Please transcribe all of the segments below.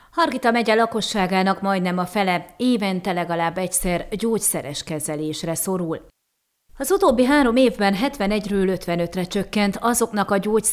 Hargita megye lakosságának majdnem a fele évente legalább egyszer gyógyszeres kezelésre szorul. Az utóbbi 3 évben 71-ről 55-re csökkent azoknak a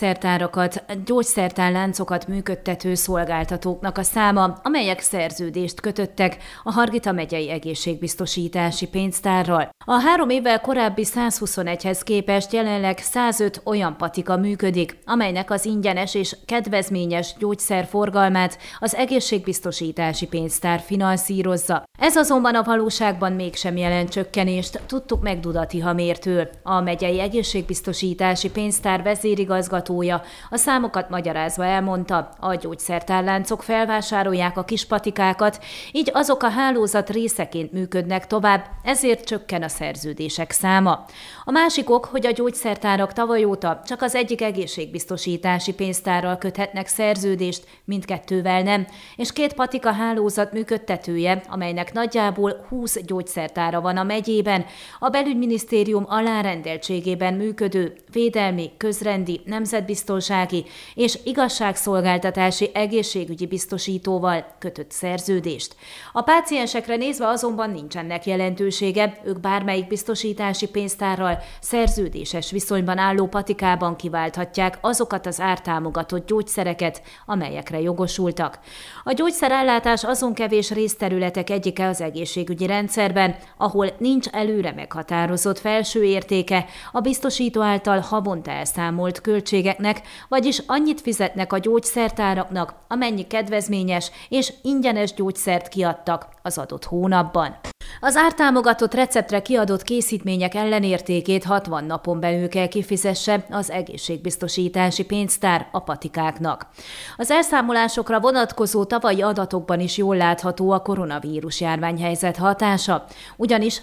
gyógyszertárláncokat működtető szolgáltatóknak a száma, amelyek szerződést kötöttek a Hargita megyei egészségbiztosítási pénztárral. A 3 évvel korábbi 121-hez képest jelenleg 105 olyan patika működik, amelynek az ingyenes és kedvezményes gyógyszerforgalmát az egészségbiztosítási pénztár finanszírozza. Ez azonban a valóságban mégsem jelent csökkenést, tudtuk meg Dudati Hamértől. A megyei egészségbiztosítási pénztár vezérigazgatója a számokat magyarázva elmondta, a gyógyszertárláncok felvásárolják a kis patikákat, így azok a hálózat részeként működnek tovább, ezért csökken a szerződések száma. A másik ok, hogy a gyógyszertárak tavaly óta csak az egyik egészségbiztosítási pénztárral köthetnek szerződést, mindkettővel nem, és 2 patika hálózat működtetője, amelynek nagyjából 20 gyógyszertára van a megyében, a belügyminisztérium alárendeltségében működő védelmi, közrendi, nemzetbiztonsági és igazságszolgáltatási egészségügyi biztosítóval kötött szerződést. A páciensekre nézve azonban nincsenek jelentősége, ők bármelyik biztosítási pénztárral szerződéses viszonyban álló patikában kiválthatják azokat az ártámogatott gyógyszereket, amelyekre jogosultak. A gyógyszerellátás azon kevés részterületek egyike az egészségügyi rendszerben, ahol nincs előre meghatározott felső értéke a biztosító által havonta elszámolt költségeknek, vagyis annyit fizetnek a gyógyszertáraknak, amennyi kedvezményes és ingyenes gyógyszert kiadtak az adott hónapban. Az ártámogatott receptre kiadott készítmények ellenértékét 60 napon belül kell kifizesse az egészségbiztosítási pénztár a patikáknak. Az elszámolásokra vonatkozó tavalyi adatokban is jól látható a koronavírus járványhelyzet hatása, ugyanis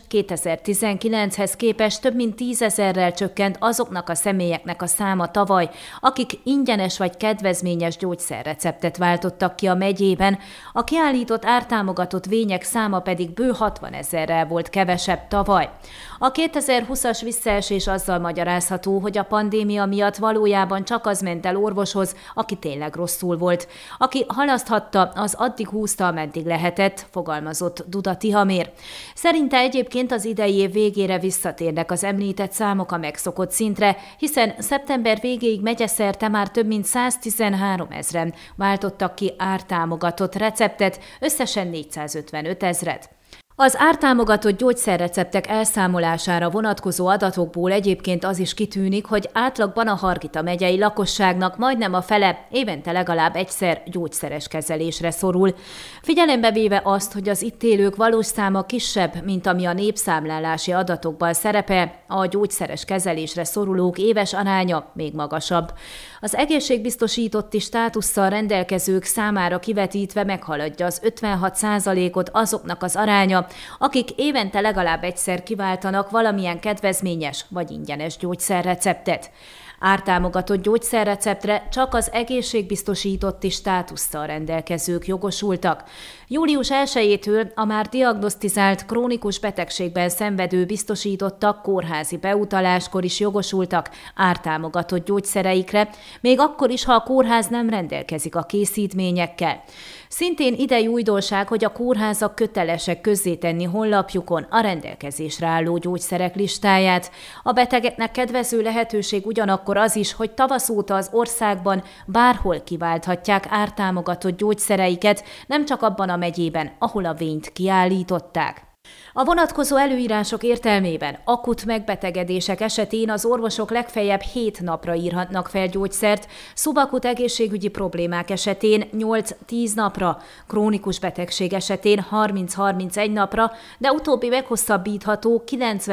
2019-hez képest több mint 10 000-rel csökkent azoknak a személyeknek a száma tavaly, akik ingyenes vagy kedvezményes gyógyszerreceptet váltottak ki a megyében, a kiállított ártámogatott vények száma pedig bő 60 000-rel volt kevesebb tavaly. A 2020-as visszaesés azzal magyarázható, hogy a pandémia miatt valójában csak az ment el orvoshoz, aki tényleg rosszul volt, aki halaszthatta, az addig húzta, ameddig lehetett, fogalmazott Dudati Hamér. Szerinte egyébként az idei év végére visszatérnek az említett számok a megszokott szintre, hiszen szeptember végéig megyeszerte már több mint 113 000-en váltottak ki ártámogatott receptet, összesen 455 000-et. Az ártámogatott gyógyszerreceptek elszámolására vonatkozó adatokból egyébként az is kitűnik, hogy átlagban a Hargita megyei lakosságnak majdnem a fele évente legalább egyszer gyógyszeres kezelésre szorul. Figyelembe véve azt, hogy az itt élők valós száma kisebb, mint ami a népszámlálási adatokban szerepel, a gyógyszeres kezelésre szorulók éves aránya még magasabb. Az egészségbiztosítotti státusszal rendelkezők számára kivetítve meghaladja az 56%-ot azoknak az aránya, akik évente legalább egyszer kiváltanak valamilyen kedvezményes vagy ingyenes gyógyszerreceptet. Ártámogatott gyógyszerreceptre csak az egészségbiztosítotti státusszal rendelkezők jogosultak. Július 1-től a már diagnosztizált krónikus betegségben szenvedő biztosítottak kórházi beutaláskor is jogosultak ártámogatott gyógyszereikre, még akkor is, ha a kórház nem rendelkezik a készítményekkel. Szintén idei újdonság, hogy a kórházak kötelesek közzétenni honlapjukon a rendelkezésre álló gyógyszerek listáját. A betegeknek kedvező lehetőség ugyanakkor az is, hogy tavasz óta az országban bárhol kiválthatják ártámogatott gyógyszereiket, nem csak abban a megyében, ahol a vényt kiállították. A vonatkozó előírások értelmében akut megbetegedések esetén az orvosok legfeljebb 7 napra írhatnak fel gyógyszert, szubakut egészségügyi problémák esetén 8-10 napra, krónikus betegség esetén 30-31 napra, de utóbbi meghosszabbítható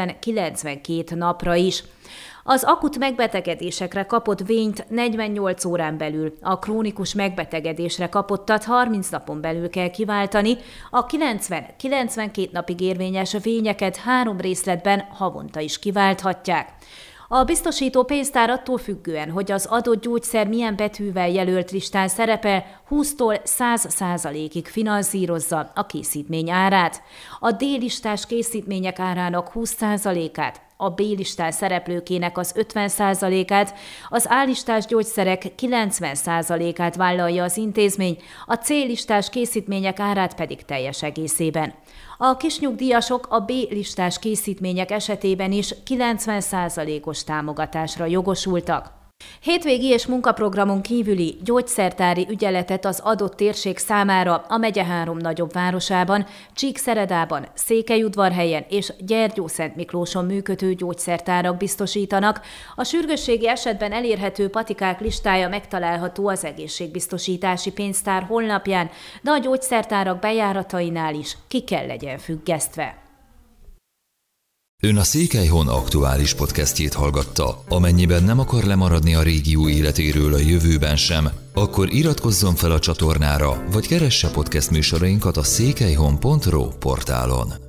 90-92 napra is. Az akut megbetegedésekre kapott vényt 48 órán belül, a krónikus megbetegedésre kapottat 30 napon belül kell kiváltani, a 90-92 napig érvényes vényeket 3 részletben havonta is kiválthatják. A biztosító pénztár attól függően, hogy az adott gyógyszer milyen betűvel jelölt listán szerepel, 20-tól 100%-ig finanszírozza a készítmény árát. A D-listás készítmények árának 20%-át a B-listán szereplőkének az 50%-át, az A-listás gyógyszerek 90%-át vállalja az intézmény, a C-listás készítmények árát pedig teljes egészében. A kisnyugdíjasok a B-listás készítmények esetében is 90%-os támogatásra jogosultak. Hétvégi és munkaprogramon kívüli gyógyszertári ügyeletet az adott térség számára a megye 3 nagyobb városában, Csíkszeredában, Székelyudvarhelyen és Gyergyószentmiklóson működő gyógyszertárak biztosítanak. A sürgősségi esetben elérhető patikák listája megtalálható az egészségbiztosítási pénztár honlapján, de a gyógyszertárak bejáratainál is ki kell legyen függesztve. Ön a Székelyhon aktuális podcastjét hallgatta. Amennyiben nem akar lemaradni a régió életéről a jövőben sem, akkor iratkozzon fel a csatornára, vagy keresse podcast műsorainkat a székelyhon.ro portálon.